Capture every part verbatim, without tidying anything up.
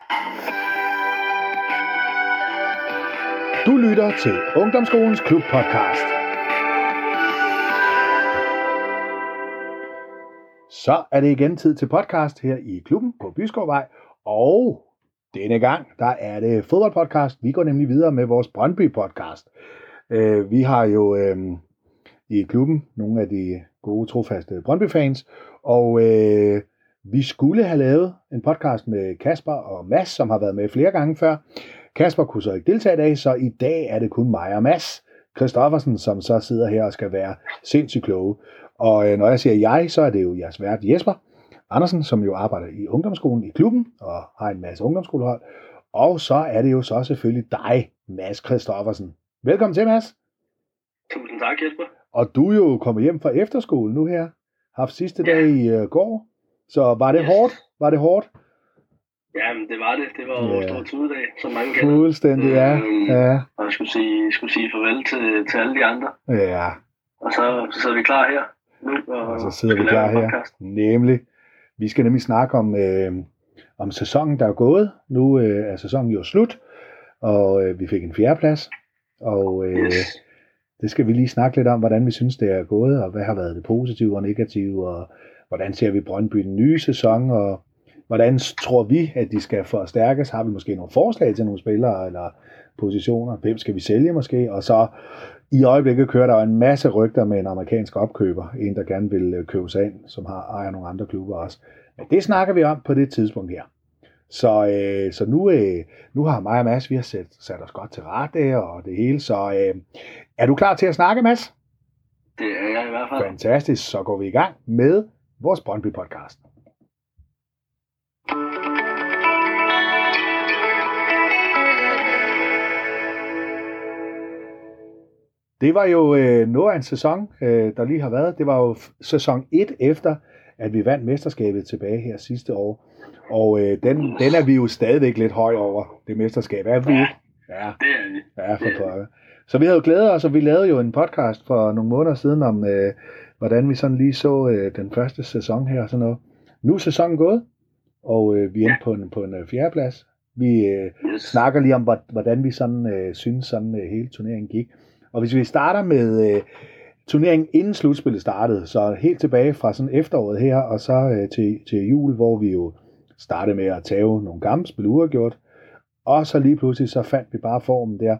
Du lytter til Ungdomsskolens Klub Podcast. Så er det igen tid til podcast her i klubben på Byskovvej, og denne gang, der er det fodboldpodcast. Vi går nemlig videre med vores Brøndby-podcast. Uh, vi har jo uh, i klubben nogle af de gode, trofaste Brøndby-fans, og uh, vi skulle have lavet en podcast med Kasper og Mads, som har været med flere gange før. Kasper kunne så ikke deltage i dag, så i dag er det kun mig og Mads Christoffersen, som så sidder her og skal være sindssygt kloge. Og øh, når jeg siger jeg, så er det jo jeres vært Jesper Andersen, som jo arbejder i ungdomsskolen i klubben og har en masse ungdomsskolehold. Og så er det jo så selvfølgelig dig, Mads Christoffersen. Velkommen til, Mads. Tusind tak, Jesper. Og du er jo kommet hjem fra efterskole nu her. Haft sidste dag ja. i uh, går. Så var det yes. hårdt? Var det hårdt? Jamen, det var det. Det var jo ja. stor tudedag, som mange kender. Fuldstændig, ja. Øhm, ja. Og jeg skulle sige, skulle sige farvel til, til alle de andre. Ja. Og så, så sidder vi klar her nu. Og, og så sidder vi klar her. Nemlig. Vi skal nemlig snakke om, øh, om sæsonen, der er gået. Nu øh, er sæsonen jo slut, og øh, vi fik en fjerdeplads. Og øh, yes. det skal vi lige snakke lidt om, hvordan vi synes, det er gået, og hvad har været det positive og negative, og hvordan ser vi Brøndby den nye sæson, og hvordan tror vi, at de skal forstærkes? Har vi måske nogle forslag til nogle spillere eller positioner? Hvem skal vi sælge måske? Og så i øjeblikket kører der en masse rygter med en amerikansk opkøber. En, der gerne vil købe sig ind, som har ejer nogle andre klubber også. Men det snakker vi om på det tidspunkt her. Så, øh, så nu, øh, nu har mig og Mads, vi har sat, sat os godt til rette og det hele. Så øh, er du klar til at snakke, Mads? Det er jeg i hvert fald. Fantastisk. Så går vi i gang med vores Brøndby-podcast. Det var jo øh, noget af en sæson, øh, der lige har været. Det var jo sæson et efter, at vi vandt mesterskabet tilbage her sidste år. Og øh, den, den er vi jo stadigvæk lidt høj over, det mesterskab. Er vi ikke? Ja, det er vi. Ja, for pokker. Så vi havde jo glædet os, og vi lavede jo en podcast for nogle måneder siden om, øh, hvordan vi sådan lige så øh, den første sæson her og sådan noget. Nu er sæsonen gået, og øh, vi er ja. på en, på en øh, fjerdeplads. Vi øh, yes. snakker lige om, hvordan vi sådan øh, synes, sådan øh, hele turneringen gik. Og hvis vi starter med øh, turneringen inden slutspillet startede, så helt tilbage fra sådan efteråret her, og så øh, til, til jul, hvor vi jo startede med at tage nogle kampe, spille uafgjort, og så lige pludselig, så fandt vi bare formen der,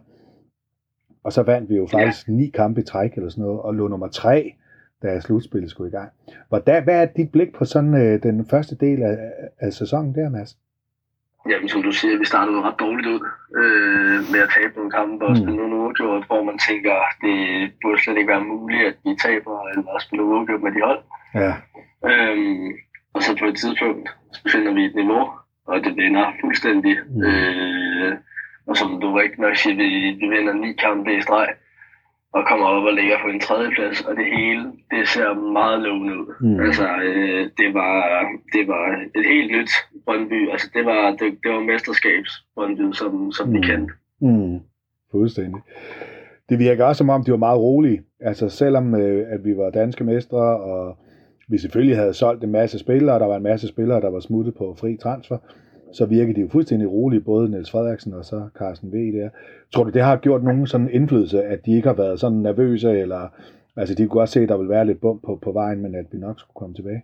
og så vandt vi jo faktisk ja. ni kampe i træk eller sådan noget, og lå nummer tre, da slutspillet skulle i gang. Hvordan, hvad er dit blik på sådan øh, den første del af, af sæsonen der, Mads? Jamen, som du siger, vi startede ret dårligt ud øh, med at tabe nogle kampe og spille nogle uafgjort, hvor man tænker, det burde slet ikke være muligt, at vi taber eller spille uafgjort med de hold. Ja. Øhm, og så på et tidspunkt, så finder vi et niveau, og det vinder fuldstændig. Mm. Øh, og som du rigtig nok siger, vi, vi vinder ni kampe i streg, og kommer op og ligger på en tredjeplads, og det hele, det ser meget lovende ud. Mm. Altså, øh, det var det var et helt nyt Brøndby. Altså, det var det, det var mesterskabs Brøndby, som som mm. vi kendte. Mm. Fuldstændig. Det virker også som om, de var meget rolige. Altså, selvom øh, at vi var danske mestre, og vi selvfølgelig havde solgt en masse spillere, og der var en masse spillere, der var smuttet på fri transfer, så virker de jo fuldstændig rolige, både Niels Frederiksen og så Carsten V. der. Tror du, det har gjort nogen sådan indflydelse, at de ikke har været sådan nervøse, eller altså de kunne godt se, at der ville være lidt bump på, på vejen, men at vi nok skulle komme tilbage?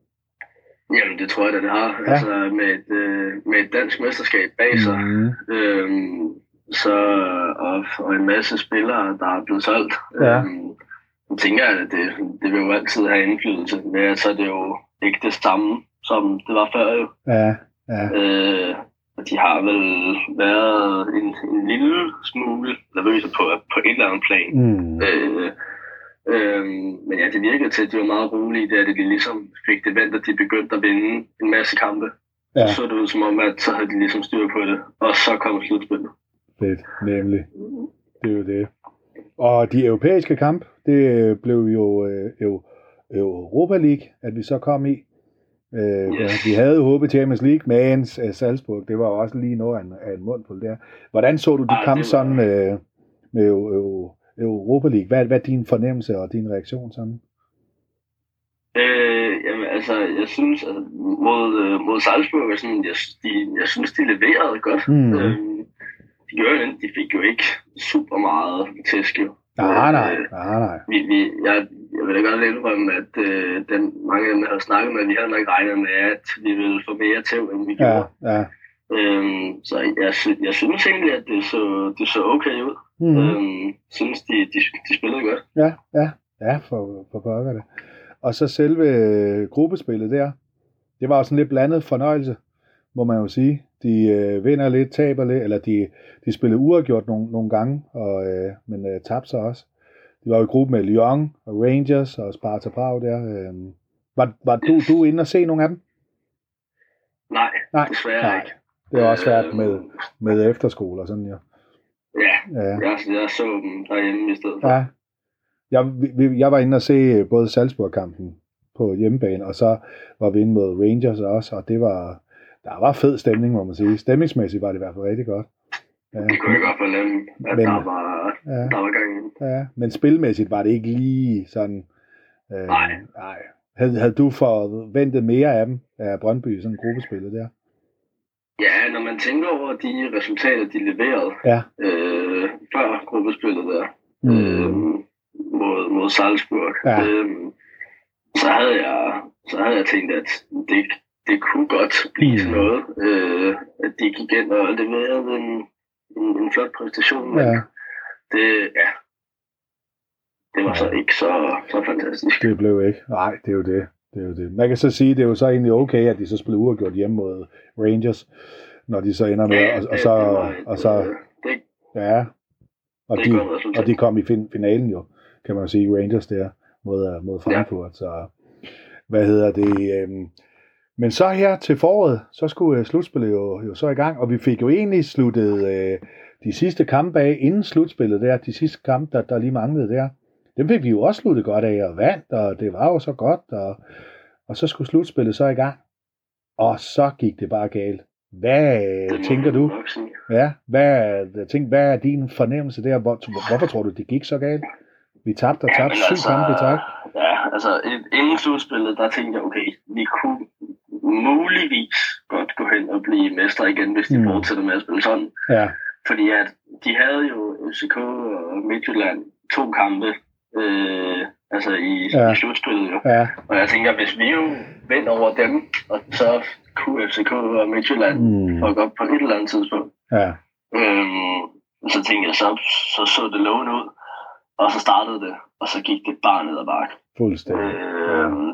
Jamen, det tror jeg, at det har. Ja. Altså, med et, øh, med et dansk mesterskab bag sig, mm. øhm, så, og, og en masse spillere, der er blevet solgt. Ja. Øhm, jeg tænker, at det, det vil jo altid have indflydelse, men altså, det er jo ikke det samme, som det var før jo. Ja. Ja. Øh, de har vel været en, en lille smule nervøse på, på et eller andet plan. Mm. Øh, øh, men ja, det virkede til, at de var meget rolige, da de ligesom fik det vendt, at de begyndte at vinde en masse kampe. Ja. Så det ud som om, at så havde de ligesom styr på det, og så kom slutspillet. Fedt, nemlig. Det er jo det. Og de europæiske kampe, det blev jo øh, Europa League, at vi så kom i. Øh, yes. Vi havde jo håbet Champions League, men uh, Salzburg, det var jo også lige noget af en, af en mundfuld der. Hvordan så du de ah, kampe var... sådan øh, med øh, Europa League? Hvad, hvad er din fornemmelse og din reaktion sådan? Øh, jamen, altså, jeg synes, at mod, øh, mod Salzburg, og sådan, jeg, de, jeg synes, de leverede godt. Mm. Øh, de, gjorde, de fik jo ikke super meget tæsk, jo. Nej, nej, Øh, nej, nej. Vi, vi, jeg, jeg vil da godt indrømme, at øh, den, mange af dem, jeg havde snakket med, vi havde nok regnet med, at vi ville få mere tæv, end vi gjorde. Ja, ja. Øhm, så jeg, jeg synes egentlig, at det så, det så okay ud. Mm. Øhm, synes, de, de, de spillede godt. Ja, ja, ja, for, for pokker det. Og så selve øh, gruppespillet der, det var også en lidt blandet fornøjelse, må man jo sige. De øh, vinder lidt, taber lidt, eller de, de spillede uafgjort nogle, nogle gange, og, øh, men øh, tabte sig også. De var jo i gruppe med Lyon og Rangers og Sparta Prag der. Øh. Var, var du, du inde og se nogle af dem? Nej, nej desværre nej. ikke. Det er også svært med, med efterskole og sådan, jo. Ja, ja. Jeg, jeg så dem derhjemme i stedet for. Ja. Jeg, vi, jeg var inde og se både Salzburg-kampen på hjemmebane, og så var vi inde mod Rangers også, og det var, der var fed stemning, må man sige. Stemningsmæssigt var det i hvert fald rigtig godt. Ja. Det kunne jeg godt fornemme, at men, der, var, ja, der var gang i. Ja, men spilmæssigt var det ikke lige sådan. Øh, nej. nej. Havde, havde du forventet mere af dem, af Brøndby, sådan en gruppespillet der? Ja, når man tænker over de resultater, de leverede ja. øh, før gruppespillet der, mm. øh, mod, mod Salzburg, ja. øh, så, havde jeg, så havde jeg tænkt, at det, det kunne godt blive sådan noget, øh, at de gik ind og leverede en, en, en flot præstation, men ja. det, ja, det var ja. så ikke så, så fantastisk. Det blev ikke. Nej, det er jo det. Det er jo det. Man kan så sige, at det er jo så egentlig okay, at de så spillede uafgjort hjemme mod Rangers, når de så ender med, ja, og, det, og så, det var, og så, det, ja, og det de, og de kom i fin, finalen jo, kan man jo sige, Rangers der, mod, mod Frankfurt, ja. Så, hvad hedder det, øhm, men så her til foråret, så skulle uh, slutspillet jo, jo så i gang, og vi fik jo egentlig sluttet uh, de sidste kampe af, inden slutspillet der, de sidste kampe, der, der lige manglede der, dem fik vi jo også sluttet godt af, og vandt, og det var jo så godt, og, og så skulle slutspillet så i gang, og så gik det bare galt. Hvad det tænker du? Ja, hvad, tænk, hvad er din fornemmelse der? Hvor, hvorfor tror du, det gik så galt? Vi tabte og tabte ja, syv altså, kampe i træk. Ja, altså inden slutspillet, der tænkte jeg, okay, vi kunne muligvis godt gå hen og blive mestre igen, hvis de mm. fortsætter med at spille sådan. Ja. Fordi at de havde jo F C K og Midtjylland to kampe, øh, altså i, ja. i slutspillet jo. Ja. Og jeg tænker, hvis vi jo vinder over dem, og så kunne F C K og Midtjylland mm. fuck op på et eller andet tidspunkt. Ja. Øhm, så tænkte jeg, så, så så det lovende ud, og så startede det, og så gik det bare ned ad bakke. Fuldstændig. Øhm,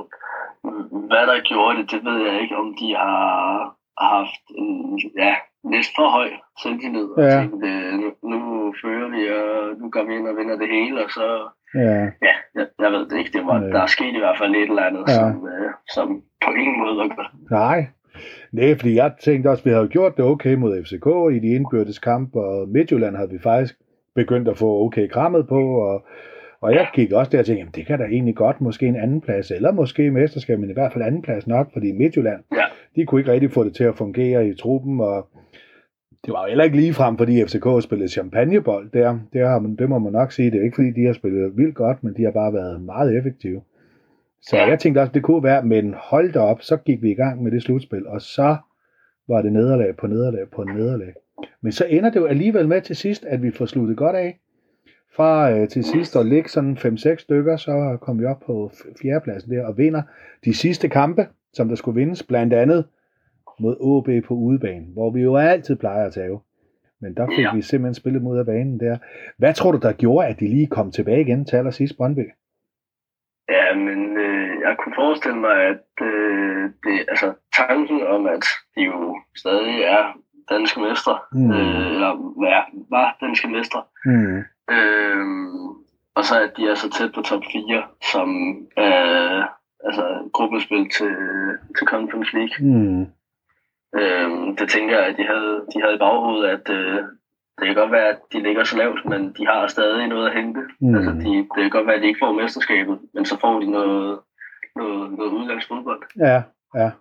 hvad der gjorde det, det ved jeg ikke, om de har haft en, ja, lidt for høj selvtillid, og ja. tænkte, nu, nu fører vi, og nu går vi ind og vinder det hele, og så, ja, ja jeg, jeg ved det ikke, det var, ja. der skete i hvert fald et eller andet, ja. som, øh, som på ingen måde var godt. Nej, nej, fordi jeg tænkte også, at vi havde gjort det okay mod F C K i de indbyrdes kamp, og Midtjylland havde vi faktisk begyndt at få okay krammet på, og Og jeg gik også der og tænkte, jamen det kan da egentlig godt, måske en anden plads, eller måske mesterskab, men i hvert fald anden plads nok, fordi Midtjylland, ja. de kunne ikke rigtig få det til at fungere i truppen, og det var jo heller ikke ligefrem, fordi F C K spillede champagnebold der. Det, har man, det må man nok sige, det er ikke fordi, de har spillet vildt godt, men de har bare været meget effektive. Så ja. Jeg tænkte også, det kunne være, men hold da op, så gik vi i gang med det slutspil, og så var det nederlag på nederlag på nederlag. Men så ender det jo alligevel med til sidst, at vi får sluttet godt af. Fra øh, til sidst at ligge sådan fem seks stykker, så kom vi op på fjerdepladsen der og vinder de sidste kampe, som der skulle vindes, blandt andet mod O B på udebane, hvor vi jo altid plejer at tage. Men der fik ja. vi simpelthen spillet mod af banen der. Hvad tror du, der gjorde, at de lige kom tilbage igen til allersidst Brøndby? Ja, men øh, jeg kunne forestille mig, at øh, det, altså, tanken om, at de jo stadig er danske mestre, mm. øh, eller ja, var danske mestre, mm. Øhm, og så at de er så tæt på top fire, som øh, altså gruppespil til, til Conference League. Mm. Øhm, det tænker jeg, at de havde, de havde i baghovedet, at øh, det kan godt være, at de ligger så lavt, men de har stadig noget at hente. Mm. Altså, de, det kan godt være, at de ikke får mesterskabet, men så får de noget, noget, noget udgangsfodbold. Ja, ja.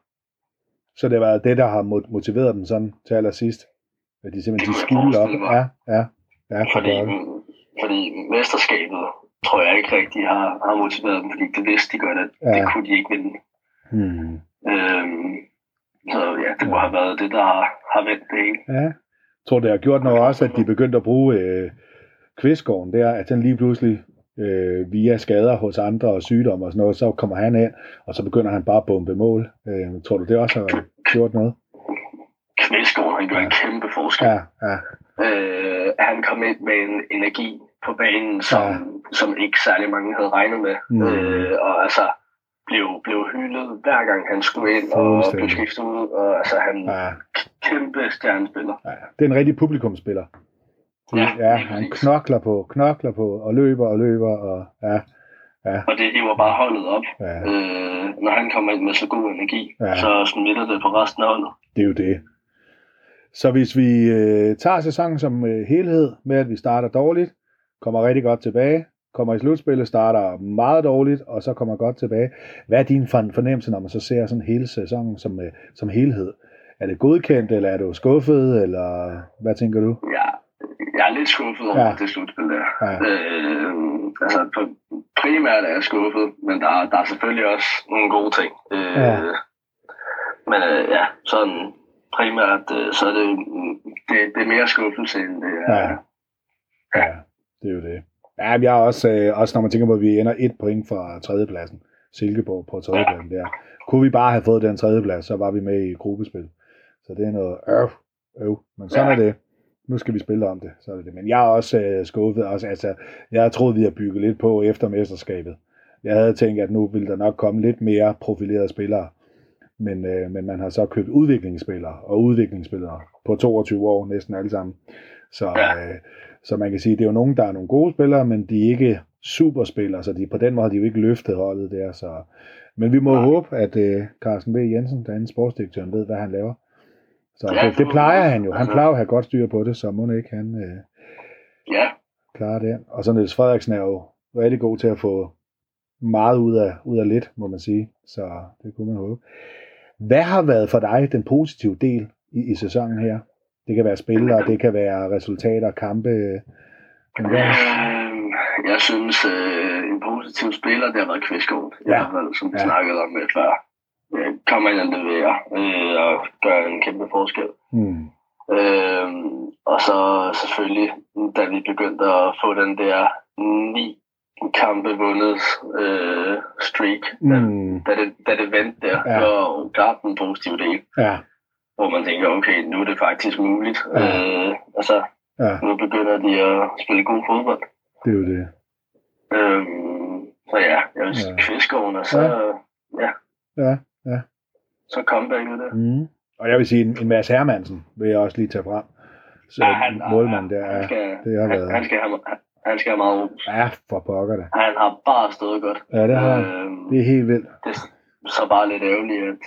Så det var det, der har motiveret dem sådan til allersidst. At de simpelthen de skulle op. Ja, ja. Ja, fordi, fordi mesterskabet, tror jeg ikke rigtig har, har motiveret dem, fordi det vidste de godt, at ja. det kunne de ikke vinde. Hmm. Øhm, så ja, det må ja. have været det, der har, har vendt det hele. Ja, jeg tror det har gjort noget også, at de begyndte at bruge øh, Kvistgården der, at den lige pludselig øh, via skader hos andre og sygdomme og sådan noget, så kommer han ind, og så begynder han bare at bombe mål. Øh, tror du det også har gjort noget? Kvistgården, han gør ja. en kæmpe forskel. Ja, ja. Øh, han kom ind med en energi på banen, som, ja. som ikke særlig mange havde regnet med. Mm. Øh, og altså blev, blev hyldet hver gang han skulle ind og blev skiftet ud. Og altså han ja. kæmpe stjernespiller. Ja, det er en rigtig publikumsspiller. Ja, ja han knokler på, knokler på og løber og løber. Og, ja, ja. og det hiver bare holdet op. Ja. Øh, når han kommer ind med så god energi, ja. så smitter det på resten af holdet. Det er jo det. Så hvis vi øh, tager sæsonen som øh, helhed med, at vi starter dårligt, kommer rigtig godt tilbage, kommer i slutspillet, starter meget dårligt, og så kommer godt tilbage. Hvad er din fornemmelse, når man så ser sådan hele sæsonen som, øh, som helhed? Er det godkendt, eller er du skuffet, eller hvad tænker du? Ja, jeg er lidt skuffet over ja. det slutspil der. Ja. Øh, altså, primært er jeg skuffet, men der, der er selvfølgelig også nogle gode ting. Øh, ja. Men øh, ja, sådan... primært, så er det, det, det er mere skuffelse, end det er. Ja, ja det er jo det. Ja, jeg er også, øh, også når man tænker på, at vi ender et point fra tredjepladsen. Silkeborg på tredjepladsen ja. der. Kunne vi bare have fået den tredjeplads, så var vi med i gruppespil. Så det er noget øv, øv. Men sådan ja. er det. Nu skal vi spille om det, så er det det. Men jeg er også øh, skuffet. Også, altså, jeg troede, vi har bygget lidt på efter mesterskabet. Jeg havde tænkt, at nu ville der nok komme lidt mere profilerede spillere. Men, øh, men man har så købt udviklingsspillere og udviklingsspillere på toogtyve år, næsten alle sammen. Så, øh, så man kan sige, det er jo nogen, der er nogle gode spillere, men de er ikke superspillere, så de, på den måde har de jo ikke løftet holdet der. Så. Men vi må ja. håbe, at øh, Carsten B. Jensen, der er en sportsdirektør, ved, hvad han laver. Så ja, det, det plejer han jo. Han altså, plejer at have godt styr på det, så må ikke han øh, ja. klare det. Og så Niels Frederiksen er jo rigtig god til at få meget ud af, ud af lidt, må man sige. Så det kunne man håbe. Hvad har været for dig den positive del i, i sæsonen her? Det kan være spillere, det kan være resultater, kampe. Øh, jeg synes, øh, en positiv spiller, det har været Kvistgården, ja. i hvert fald, som vi ja. snakkede om lidt før. Jeg kommer ind og leverer, øh, og gør en kæmpe forskel. Mm. Øh, og så selvfølgelig, da vi begyndte at få den der ni kampe vundet øh, streak, mm. da, da, det, da det vendte der, ja. og klart den positive del. Ja. Hvor man tænker, okay, nu er det faktisk muligt. Ja. Øh, altså, ja. nu begynder de at spille god fodbold. Det er jo det. Øhm, så ja, jeg vil sige ja. Kvistgården, og så, ja. ja. Ja, ja. Så comebacket der. Mm. Og jeg vil sige, en, en Mads Hermansen vil jeg også lige tage frem. Så ja, han, målmand der, han skal, det har han, været... Han skal have, han skal have meget ros. Ja, for pokker det. Han har bare stået godt. Ja, det har han. Øhm, det er helt vildt. Det er så bare lidt ærgerligt, at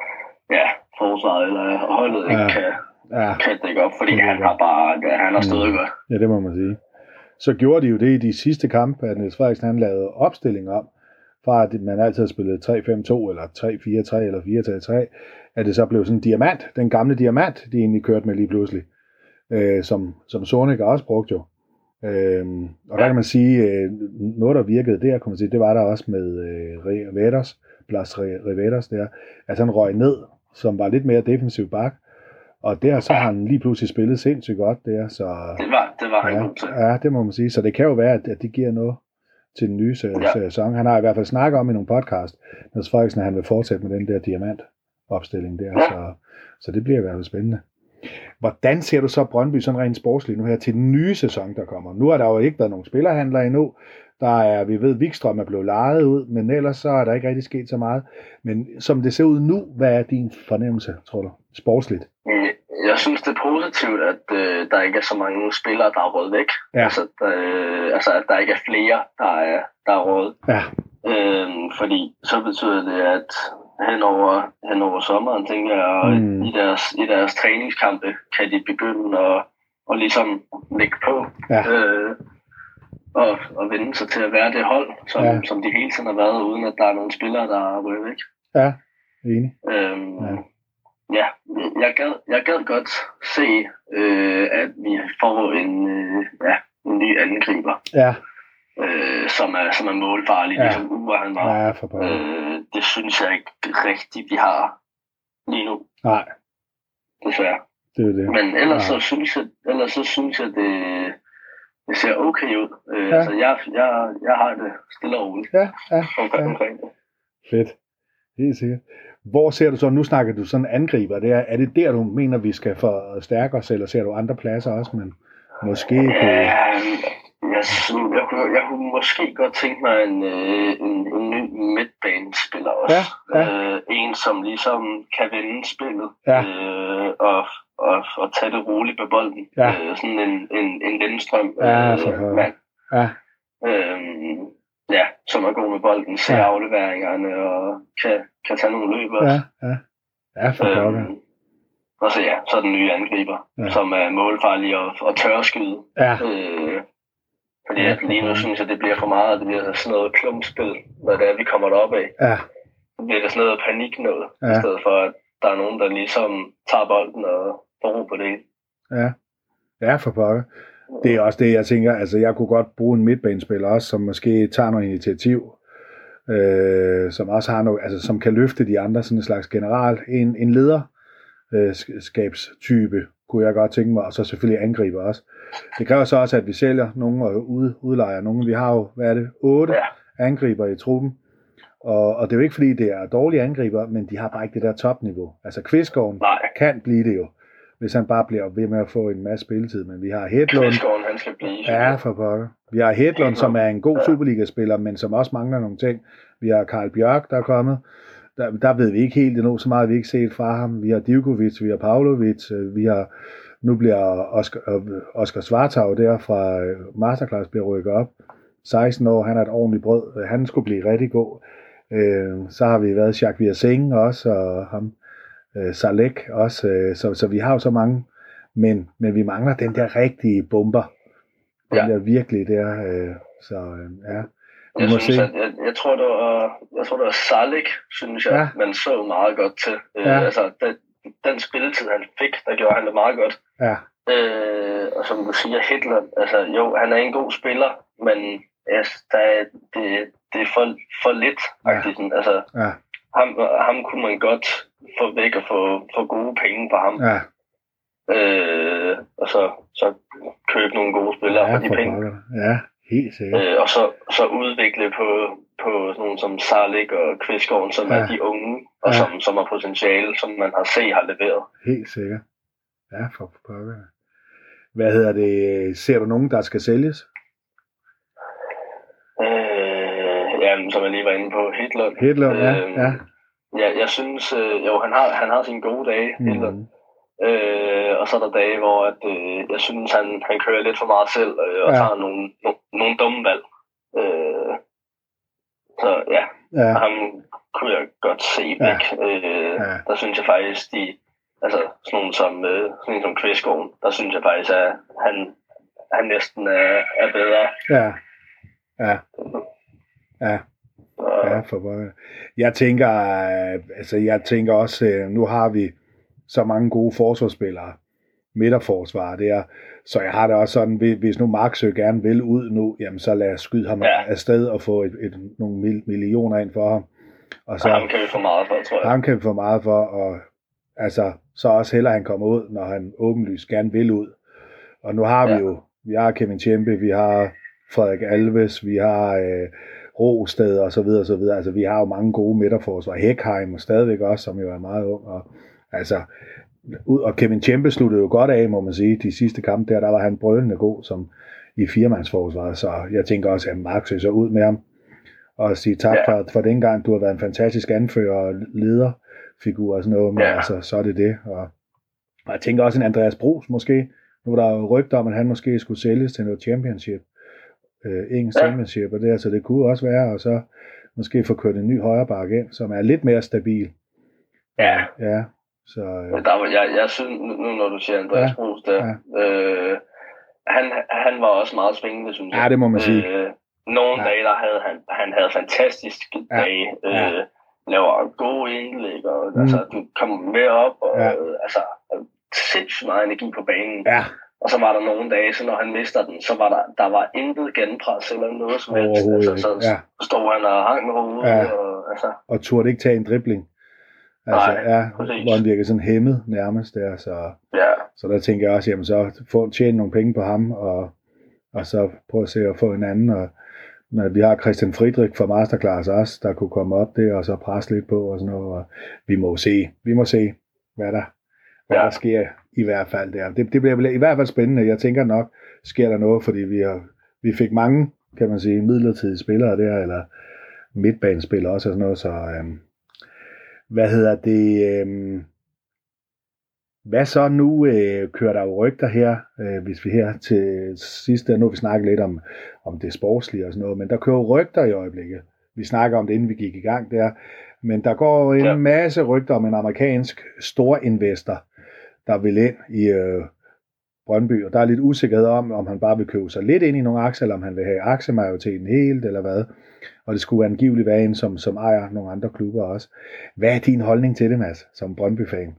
ja, forsvaret eller holdet ja. ikke kan, ja. kan dække op, fordi han har bare ja, han har stået mm. godt. Ja, det må man sige. Så gjorde de jo det i de sidste kampe, at Niels Frederiksen han lavede opstilling om, fra at man altid har spillet tre fem to, eller tre fire tre, eller fire tre tre, at det så blev sådan en diamant, den gamle diamant, de egentlig kørte med lige pludselig, øh, som, som Zorniger også brugte jo. Øhm, og der kan man sige, øh, noget der virkede der, kan man sige, det var der også med øh, Revetas, Blas Revetas der, at han røg ned, som var lidt mere defensiv bak, og der så har han lige pludselig spillet sindssygt godt der, så... Det var, det var ja, han god til. Ja, det må man sige, så det kan jo være, at, at det giver noget til den nye sæson. Ja. Han har i hvert fald snakket om i nogle podcast, Niels Frederiksen, at han vil fortsætte med den der diamant-opstilling der, ja. så, så det bliver i hvert fald spændende. Hvordan ser du så Brøndby sådan rent sportsligt nu her til den nye sæson, der kommer? Nu har der jo ikke været nogen spillerhandler endnu. Der er, vi ved, Wikstrøm er blevet lejet ud, men ellers så er der ikke rigtig sket så meget. Men som det ser ud nu, hvad er din fornemmelse, tror du, sportsligt? Jeg synes, det er positivt, at øh, der ikke er så mange spillere, der er råd væk. Ja. Altså, der, øh, altså, at der ikke er flere, der er, der er råd. Ja. Øhm, fordi så betyder det, at hen over, hen over sommeren, tænker jeg, og mm. i, deres, i deres træningskampe, kan de begynde at, at ligesom lægge på. Ja. Øh, og, og vende sig til at være det hold, som, ja. som de hele tiden har været, uden at der er nogle spillere, der er røget væk. Ja, enig. Øhm, ja. Ja, jeg gad, jeg gad godt se, øh, at vi får en, øh, ja, en ny angriber. Ja, øh, som, er, som er målfarlig, ja. ligesom Uber han var. Ja, for øh, det synes jeg ikke rigtigt, de har lige nu. Nej. Desværre. Det er det. Men ellers, ja. så synes jeg, ellers så synes jeg, det, det ser okay ud. Øh, ja. Altså, jeg, jeg, jeg har det stille og roligt. Ja, ja. Omkring, ja. omkring det. Fedt. Helt sikkert. Hvor ser du så, nu snakker du sådan angriber, det er, er det der, du mener, vi skal forstærke os, eller ser du andre pladser også, men måske ja, på... Jeg, synes, jeg, kunne, jeg kunne måske godt tænke mig en, en, en ny midtbanespiller også. Ja, ja. Øh, en, som ligesom kan vinde spillet ja. øh, og, og, og tage det roligt på bolden. Ja. Øh, sådan en, en, en Lindstrøm ja, øh, mand. Ja. Øhm, ja, som er god med bolden, ser ja. afleveringerne og kan, kan tage nogle løb også. Ja, ja. Ja, for pokker. Øhm, og så ja, så er den nye angriber, ja. som er målfarlig og, og tørskyde. Ja. Øh, fordi ja, lige nu synes jeg, det bliver for meget, det bliver sådan noget klumpspil, når det er, vi kommer derop af. Ja. Det bliver det sådan noget panik noget, ja. I stedet for, at der er nogen, der ligesom tager bolden og får ro på det. Ja, ja, for pokker. Det er også det, jeg tænker, altså jeg kunne godt bruge en midtbanespiller også, som måske tager noget initiativ, øh, som også har noget, altså som kan løfte de andre, sådan en slags general, en, en lederskabstype, kunne jeg godt tænke mig, og så selvfølgelig angriber også. Det kræver så også, at vi sælger nogen og ud, udlejer nogen. Vi har jo, hvad er det, otte ja. angriber i truppen, og, og det er jo ikke fordi, det er dårlige angriber, men de har bare ikke det der topniveau. Altså Kvistgaard kan blive det jo, hvis han bare bliver ved med at få en masse spilletid. Men vi har Hedlund. Kvistgaard, han skal blive. Ja, for pokker. Vi har Hedlund, som er en god Superliga-spiller, men som også mangler nogle ting. Vi har Karl Bjørk, der er kommet. Der, der ved vi ikke helt endnu, så meget vi ikke set fra ham. Vi har Divkovic, vi har Pavlovic, vi har, nu bliver Oscar, Oscar Svartau der fra Masterclass bliver rykket op. seksten år, han er et ordentligt brød. Han skulle blive rigtig god. Så har vi været Shakir Singh også, og ham Salek også. Så, så vi har jo så mange, men, men vi mangler den der rigtige bomber. Den ja. der virkelig der. Så ja. Jeg, synes, at, jeg, jeg, tror, det var, jeg tror, det var Salek, synes jeg, ja. man så meget godt til. Ja. Øh, altså, den, den spilletid, han fik, der gjorde han det meget godt. Ja. Øh, og som du siger, Hitler, altså jo, han er en god spiller, men yes, der er, det, det er for, for lidt, faktisk. Ja. Altså, ja. ham, ham kunne man godt få væk og få, få gode penge for ham. Ja. Øh, og så, så købe nogle gode spillere ja, for de for penge. Ja. Helt sikkert. Øh, og så, så udvikle på, på sådan nogle som Salek og Kvistgaard, som ja. er de unge, og ja. som, som har potentiale, som man har set har leveret. Helt sikkert. Ja, for pokker. Hvad hedder det? Ser du nogen, der skal sælges? Øh, ja, som jeg lige var inde på, Hitler. Hitler, øh, ja. ja. Ja, jeg synes, øh, jo, han har, han har sine gode dage, mm. Hitler. Øh, og så er der dage, hvor at, øh, jeg synes, han, han kører lidt for meget selv, øh, og ja. tager nogle, no, nogle dumme valg. Øh, så ja, ja, ham kunne jeg godt se væk. Ja. Øh, ja. Der synes jeg faktisk, de, altså sådan nogle som, øh, sådan nogle som Kvistgaard, der synes jeg faktisk, at han, han næsten er, er bedre. Ja, ja, ja. Ja, for meget. Jeg tænker, altså jeg tænker også, nu har vi så mange gode forsvarsspillere, midterforsvar der, så jeg har det også sådan, hvis nu Marksø gerne vil ud nu, jamen så lad os skyde ham ja. afsted og få et, et, nogle millioner ind for ham. Og så, og ham kan vi få meget for, tror jeg. Ham kan vi få meget for, og altså, så også hellere han kommer ud, når han åbenlyst gerne vil ud. Og nu har ja. vi jo, vi har Kevin Tjempe, vi har Frederik Alves, vi har øh, Rosted og så videre, og så videre. Altså vi har jo mange gode midterforsvar. Hækheim og stadigvæk også, som jo er meget ung, og altså, og Kevin Tjempe sluttede jo godt af, må man sige, de sidste kampe der, der var han brølende god som i firemandsforsvaret, så jeg tænker også, at Mark ser så ud med ham, og sige tak ja. for, for den gang, du har været en fantastisk anfører og lederfigur og sådan noget, men ja. altså, så er det det, og, og jeg tænker også en Andreas Brugs måske, nu var der jo rygter om, at han måske skulle sælges til noget championship, øh, engelsk ja. championship, og det, så det kunne også være, og så måske få kørt en ny højre bakke ind, som er lidt mere stabil. Ja. Ja. Så, øh. Men der var, jeg, jeg synes, nu når du siger Andreas ja, Brugs der, ja. øh, han, han var også meget svingende, synes jeg. Ja, det må man sige. Øh, nogle ja. dage, der havde han, han havde fantastiske ja. dage, øh, ja. laver gode indlæg, og mm. altså, du kommer med op, og ja. øh, altså, sindssygt meget energi på banen. Ja. Og så var der nogle dage, så når han mister den, så var der, der var intet genpres eller noget som helst. Altså, så ja. stod han og hang med hovedet. Ja. Og, altså. og turde ikke tage en dribling. Altså, Nej, ja, hvor han virker sådan hæmmet nærmest der, så, ja. så der tænker jeg også, jamen så få tjene nogle penge på ham, og, og så prøve at se at få en anden, og når vi har Christian Friedrich fra Masterclass også, der kunne komme op der, og så presse lidt på, og sådan noget, og vi må se, vi må se, hvad der, hvad ja. der sker i hvert fald der. Det, det bliver i hvert fald spændende. Jeg tænker nok, sker der noget, fordi vi, har, vi fik mange, kan man sige, midlertidige spillere der, eller midtbanespillere også, og sådan noget, så øhm, hvad hedder det, øhm, hvad så nu, øh, kører der jo rygter her, øh, hvis vi her til sidst, nu har vi snakket lidt om, om det sportslige og sådan noget, men der kører rygter i øjeblikket. Vi snakker om det, inden vi gik i gang der, men der går en ja. masse rygter om en amerikansk storinvestor, der vil ind i øh, Brøndby, og der er lidt usikkerhed om, om han bare vil købe sig lidt ind i nogle aktier, eller om han vil have aktiemajoriteten helt, eller hvad. Og det skulle angiveligt være en, som, som ejer nogle andre klubber også. Hvad er din holdning til det, Mads, som Brøndby-fan?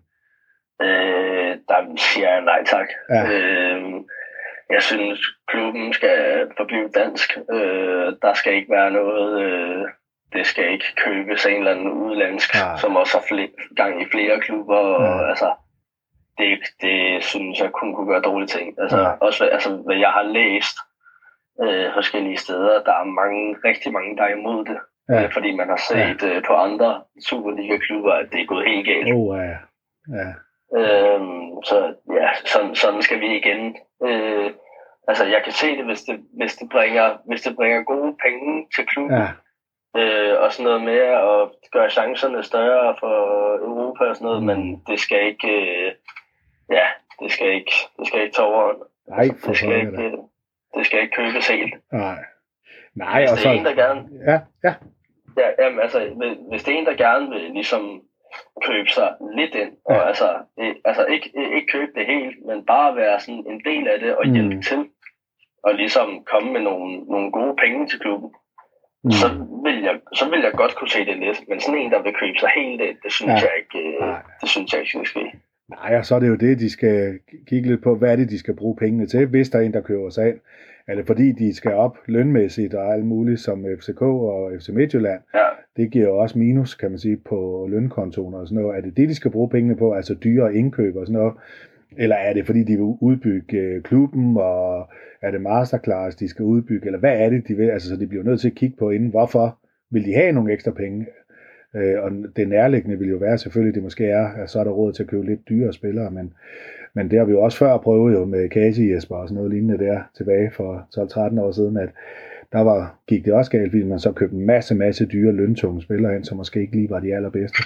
Øh, der siger jeg nej tak. Ja. Øh, jeg synes, klubben skal forblive dansk. Øh, der skal ikke være noget... Øh, det skal ikke købes af en eller anden udlandsk, ja. som også har flere, gang i flere klubber. Ja. Og, altså, det, det synes jeg kun kunne gøre dårlige ting. Altså, ja. Også altså, hvad jeg har læst øh, forskellige steder, der er mange, rigtig mange, der er imod det. Ja. Øh, fordi man har set ja. øh, på andre Superliga-klubber, at det er gået helt galt. Oh, ja. Ja. Øhm, så ja, sådan, sådan skal vi igen. Øh, altså, jeg kan se det, hvis det, hvis det, bringer, hvis det bringer gode penge til klubben. Ja. Øh, og sådan noget med at gøre chancerne større for Europa og sådan noget, mm. men det skal ikke, øh, ja, det skal ikke, det skal ikke tage overhånd. Nej, det skal ikke, det. det skal ikke købes helt. Nej, nej, hvis og det så... er en, der gerne, ja, ja. Ja, jamen, altså, hvis det er en, der gerne vil ligesom købe sig lidt ind, ja. og altså, øh, altså ikke, ikke købe det helt, men bare være sådan en del af det og hjælpe mm. til, og ligesom komme med nogle, nogle gode penge til klubben. Mm. Så, vil jeg, så vil jeg godt kunne se det lidt, men sådan en, der vil købe sig helt det, det synes ja. jeg ikke, øh, det synes jeg ikke skal ske. Nej, og så er det jo det, de skal kigge lidt på, hvad er det, de skal bruge pengene til, hvis der er en, der køber sig ind. Er det fordi, de skal op lønmæssigt og alt muligt, som F C K og F C Midtjylland? Ja. Det giver jo også minus, kan man sige, på lønkontoen og sådan noget. Er det det, de skal bruge pengene på, altså dyre indkøb og sådan noget? Eller er det fordi, de vil udbygge klubben, og er det Masterclass, de skal udbygge? Eller hvad er det, de vil? Altså, så de bliver nødt til at kigge på inden. Hvorfor vil de have nogle ekstra penge? Øh, og det nærliggende vil jo være selvfølgelig, det måske er, at så er der råd til at købe lidt dyre spillere, men, men det har vi jo også før prøvet jo med Kasi Jesper og sådan noget lignende der tilbage for tolv tretten år siden, at der var, gik det også galt, fordi man så købte en masse, masse dyre løntunge spillere ind, som måske ikke lige var de allerbedste.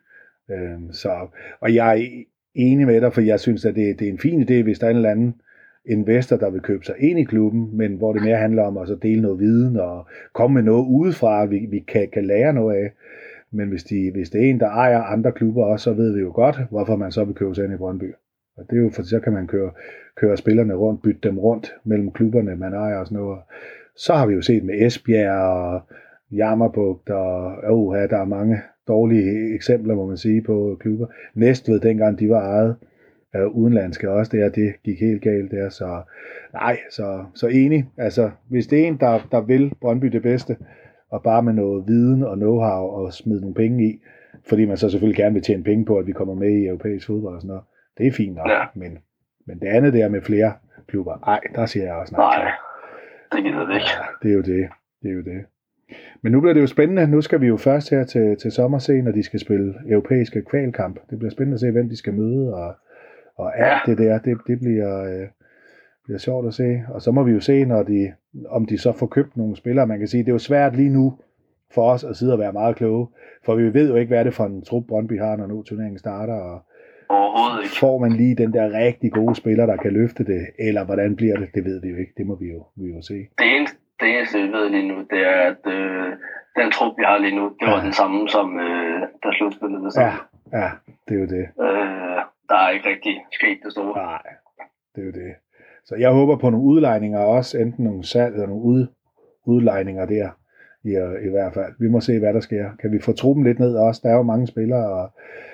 Øh, så, og jeg er enig med dig, for jeg synes, at det, det er en fin idé, hvis der er en eller anden investor, der vil købe sig ind i klubben, men hvor det mere handler om at så dele noget viden og komme med noget udefra, vi, vi kan, kan lære noget af. Men hvis, de, hvis det er en, der ejer andre klubber også, så ved vi jo godt, hvorfor man så vil købe sig ind i Brøndby. Og det er jo, for så kan man køre, køre spillerne rundt, bytte dem rundt mellem klubberne, man ejer og sådan noget. Så har vi jo set med Esbjerg og Jammerbugt, og oh, ja, der er mange dårlige eksempler, må man sige, på klubber. Næstved, dengang de var ejet af udenlandske også, der, det gik helt galt der. Så nej, så, så enig. Altså, hvis det er en, der, der vil Brøndby det bedste, og bare med noget viden og know-how og smide nogle penge i, fordi man så selvfølgelig gerne vil tjene penge på, at vi kommer med i europæisk fodbold og sådan noget. Det er fint nok, ja. men, men det andet der med flere klubber, nej, der siger jeg også nej. Nej, det gider det ikke. Ja, det er jo det. Det er jo det. Men nu bliver det jo spændende. Nu skal vi jo først her til, til sommer se, når de skal spille europæiske kvalkamp. Det bliver spændende at se, hvem de skal møde, og, og alt ja. det der, det, det bliver, øh, bliver sjovt at se. Og så må vi jo se, når de, om de så får købt nogle spillere. Man kan sige, det er jo svært lige nu for os at sidde og være meget kloge, for vi ved jo ikke, hvad det er for en trup Brøndby har, når nu turneringen starter, og overhovedet ikke. Får man lige den der rigtig gode spiller, der kan løfte det, eller hvordan bliver det, det ved vi jo ikke. Det må vi jo, vi jo se. Det eneste, det eneste, vi ved lige nu, det er, at øh, den trup, vi har lige nu, det ja. var den samme, som øh, der slutspillede det ja, ja, det er jo det. Øh, der er ikke rigtig sket det store. Nej, det er jo det. Så jeg håber på nogle udlejninger også, enten nogle salg eller nogle ud, udlejninger der, i, i hvert fald. Vi må se, hvad der sker. Kan vi få truppen lidt ned også? Der er jo mange spillere, og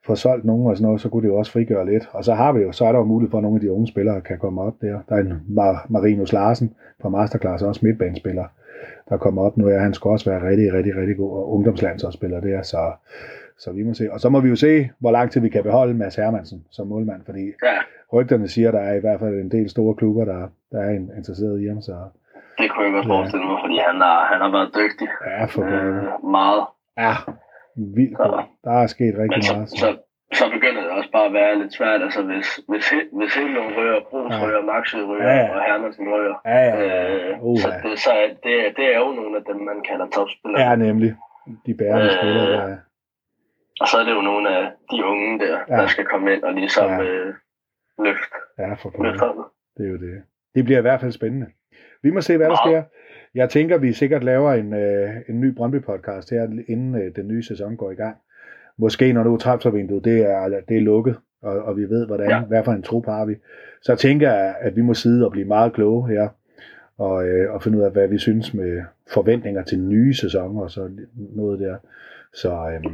får solgt nogen og sådan noget, så kunne det jo også frigøre lidt. Og så har vi jo, så er der jo mulighed for, at nogle af de unge spillere kan komme op der. Der er en Mar- Marinus Larsen fra Masterclass, også midtbanespiller, der kommer op nu. Ja, han skal også være rigtig, rigtig, rigtig god, og ungdomslandsholdsspiller der, så, så vi må se. Og så må vi jo se, hvor lang tid vi kan beholde Mads Hermansen som målmand, fordi ja. Rygterne siger, at der er i hvert fald en del store klubber, der, der er interesseret i ham, så... Det kunne jeg godt forestille mig, fordi han har, han har været dygtig. Ja, for øh, meget. Ja, vildt godt. Der er sket rigtig så, meget. Så. Så, så begynder det også bare at være lidt svært. Altså, hvis, hvis, hvis Himmelund rører, Bruns ja. rører, Maxø rører ja, ja. og Hermansen rører. Ja, ja, ja. Øh, uh, så det, så er, det, det er jo nogle af dem, man kalder topspillere. Ja, nemlig. De bærende øh, spillere, der er. Og så er det jo nogle af de unge der, ja. der skal komme ind og ligesom ja. øh, løft. Ja, for pokker. Det er jo det. Det bliver i hvert fald spændende. Vi må se, hvad der sker. Jeg tænker, vi sikkert laver en, øh, en ny Brøndby-podcast her, inden øh, den nye sæson går i gang. Måske når nu transfervinduet det er, det er lukket, og, og vi ved, hvordan, ja. hvad for en trup har vi. Så tænker jeg, at vi må sidde og blive meget kloge her, og, øh, og finde ud af, hvad vi synes med forventninger til den nye sæson, og så noget der. Så øh,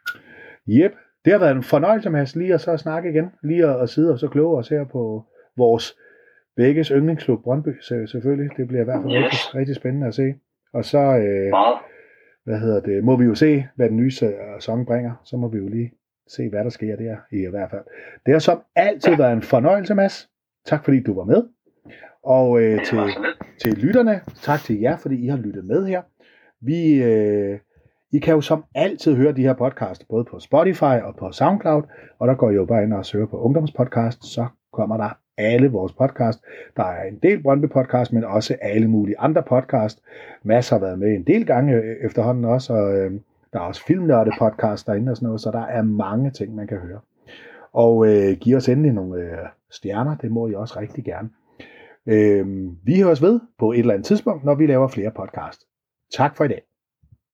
jep, det har været en fornøjelse, Mads, lige at så snakke igen, lige at, at sidde og så kloge os her på vores begges yndlingsklub Brøndby, så selvfølgelig. Det bliver i hvert fald yes. rigtig, rigtig spændende at se. Og så, øh, hvad hedder det, må vi jo se, hvad den nye sæson bringer. Så må vi jo lige se, hvad der sker der i hvert fald. Det har som altid ja. været en fornøjelse, Mads. Tak fordi du var med. Og øh, til, til lytterne, tak til jer, fordi I har lyttet med her. Vi, øh, I kan jo som altid høre de her podcasts, både på Spotify og på SoundCloud. Og der går I jo bare ind og søger på ungdomspodcast, så kommer der alle vores podcast. Der er en del Brøndby podcast, men også alle mulige andre podcast. Mads har været med en del gange efterhånden også, og øh, der er også filmnørde podcast derinde og sådan noget, så der er mange ting, man kan høre. Og øh, giv os endelig nogle øh, stjerner, det må I også rigtig gerne. Øh, vi høres ved på et eller andet tidspunkt, når vi laver flere podcast. Tak for i dag.